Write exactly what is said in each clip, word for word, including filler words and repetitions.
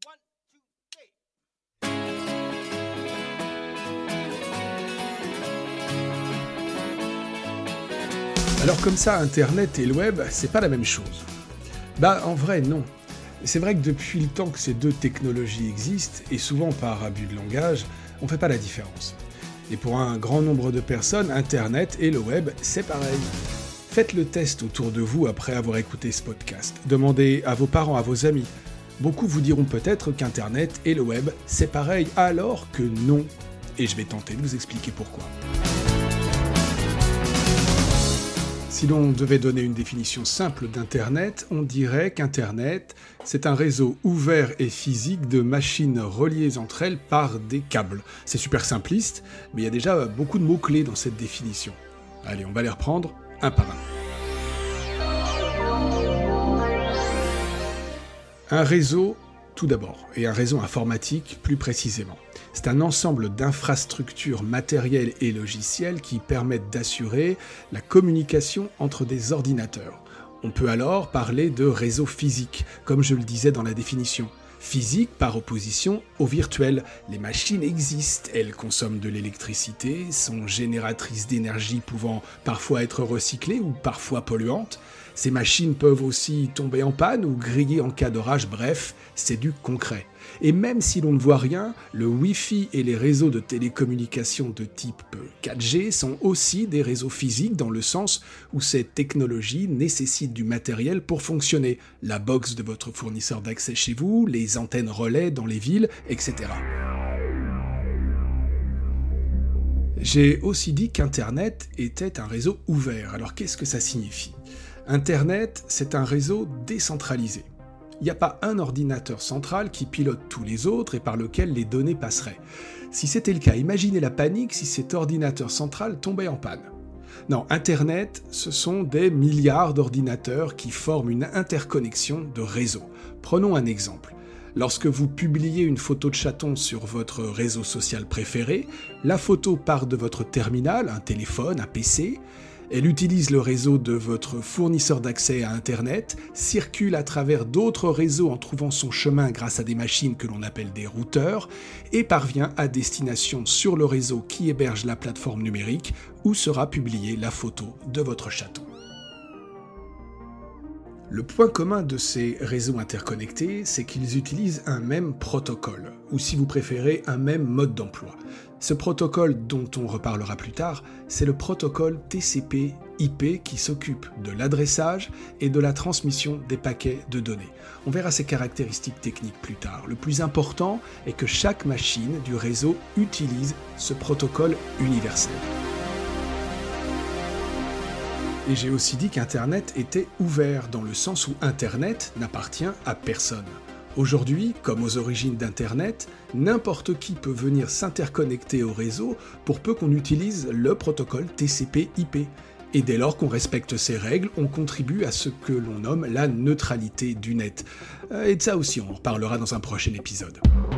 Alors comme ça, Internet et le web, c'est pas la même chose. Bah en vrai non. C'est vrai que depuis le temps que ces deux technologies existent, et souvent par abus de langage, on fait pas la différence. Et pour un grand nombre de personnes, Internet et le web, c'est pareil. Faites le test autour de vous après avoir écouté ce podcast. Demandez à vos parents, à vos amis. Beaucoup vous diront peut-être qu'Internet et le web, c'est pareil, alors que non. Et je vais tenter de vous expliquer pourquoi. Si l'on devait donner une définition simple d'Internet, on dirait qu'Internet, c'est un réseau ouvert et physique de machines reliées entre elles par des câbles. C'est super simpliste, mais il y a déjà beaucoup de mots-clés dans cette définition. Allez, on va les reprendre un par un. Un réseau, tout d'abord, et un réseau informatique plus précisément. C'est un ensemble d'infrastructures matérielles et logicielles qui permettent d'assurer la communication entre des ordinateurs. On peut alors parler de réseau physique, comme je le disais dans la définition. Physique par opposition au virtuel. Les machines existent, elles consomment de l'électricité, sont génératrices d'énergie pouvant parfois être recyclées ou parfois polluantes. Ces machines peuvent aussi tomber en panne ou griller en cas d'orage, bref, c'est du concret. Et même si l'on ne voit rien, le Wi-Fi et les réseaux de télécommunications de type quatre G sont aussi des réseaux physiques dans le sens où ces technologies nécessitent du matériel pour fonctionner. La box de votre fournisseur d'accès chez vous, les antennes relais dans les villes, et cetera. J'ai aussi dit qu'Internet était un réseau ouvert. Alors qu'est-ce que ça signifie ? Internet, c'est un réseau décentralisé. Il n'y a pas un ordinateur central qui pilote tous les autres et par lequel les données passeraient. Si c'était le cas, imaginez la panique si cet ordinateur central tombait en panne. Non, Internet, ce sont des milliards d'ordinateurs qui forment une interconnexion de réseaux. Prenons un exemple. Lorsque vous publiez une photo de chaton sur votre réseau social préféré, la photo part de votre terminal, un téléphone, un P C. Elle utilise le réseau de votre fournisseur d'accès à Internet, circule à travers d'autres réseaux en trouvant son chemin grâce à des machines que l'on appelle des routeurs, et parvient à destination sur le réseau qui héberge la plateforme numérique où sera publiée la photo de votre chaton. Le point commun de ces réseaux interconnectés, c'est qu'ils utilisent un même protocole, ou si vous préférez, un même mode d'emploi. Ce protocole, dont on reparlera plus tard, c'est le protocole T C P I P qui s'occupe de l'adressage et de la transmission des paquets de données. On verra ses caractéristiques techniques plus tard. Le plus important est que chaque machine du réseau utilise ce protocole universel. Et j'ai aussi dit qu'Internet était ouvert, dans le sens où Internet n'appartient à personne. Aujourd'hui, comme aux origines d'Internet, n'importe qui peut venir s'interconnecter au réseau pour peu qu'on utilise le protocole T C P I P. Et dès lors qu'on respecte ces règles, on contribue à ce que l'on nomme la neutralité du net. Et de ça aussi, on en reparlera dans un prochain épisode.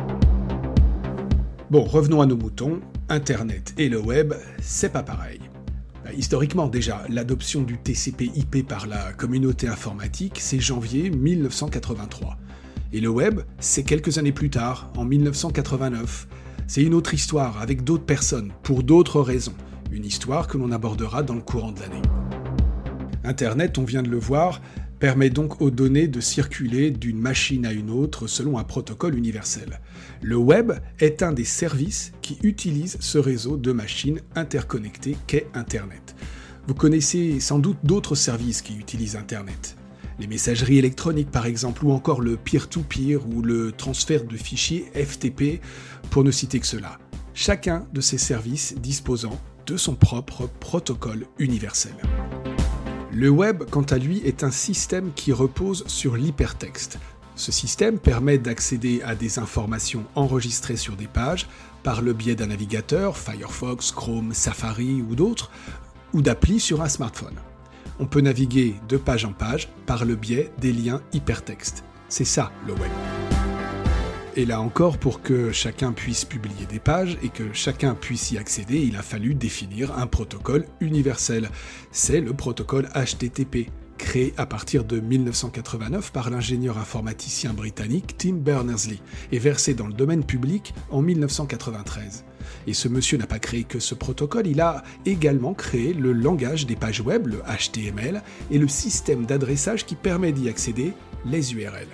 Bon, revenons à nos moutons. Internet et le web, c'est pas pareil. Historiquement déjà, l'adoption du T C P I P par la communauté informatique, c'est janvier mille neuf cent quatre-vingt-trois. Et le web, c'est quelques années plus tard, en mille neuf cent quatre-vingt-neuf. C'est une autre histoire, avec d'autres personnes, pour d'autres raisons. Une histoire que l'on abordera dans le courant de l'année. Internet, on vient de le voir, permet donc aux données de circuler d'une machine à une autre selon un protocole universel. Le web est un des services qui utilise ce réseau de machines interconnectées qu'est Internet. Vous connaissez sans doute d'autres services qui utilisent Internet. Les messageries électroniques par exemple, ou encore le peer-to-peer ou le transfert de fichiers F T P, pour ne citer que cela. Chacun de ces services disposant de son propre protocole universel. Le web, quant à lui, est un système qui repose sur l'hypertexte. Ce système permet d'accéder à des informations enregistrées sur des pages par le biais d'un navigateur, Firefox, Chrome, Safari ou d'autres, ou d'applis sur un smartphone. On peut naviguer de page en page par le biais des liens hypertextes. C'est ça, le web. Et là encore, pour que chacun puisse publier des pages et que chacun puisse y accéder, il a fallu définir un protocole universel. C'est le protocole H T T P. créé à partir de mille neuf cent quatre-vingt-neuf par l'ingénieur informaticien britannique Tim Berners-Lee et versé dans le domaine public en mille neuf cent quatre-vingt-treize. Et ce monsieur n'a pas créé que ce protocole, il a également créé le langage des pages web, le H T M L, et le système d'adressage qui permet d'y accéder, les U R L.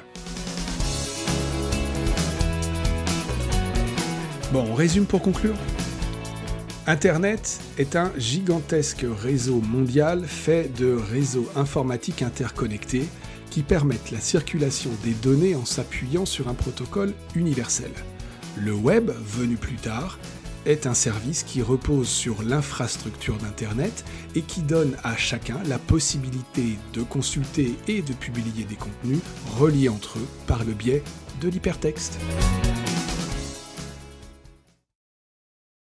Bon, on résume pour conclure. Internet est un gigantesque réseau mondial fait de réseaux informatiques interconnectés qui permettent la circulation des données en s'appuyant sur un protocole universel. Le web, venu plus tard, est un service qui repose sur l'infrastructure d'Internet et qui donne à chacun la possibilité de consulter et de publier des contenus reliés entre eux par le biais de l'hypertexte.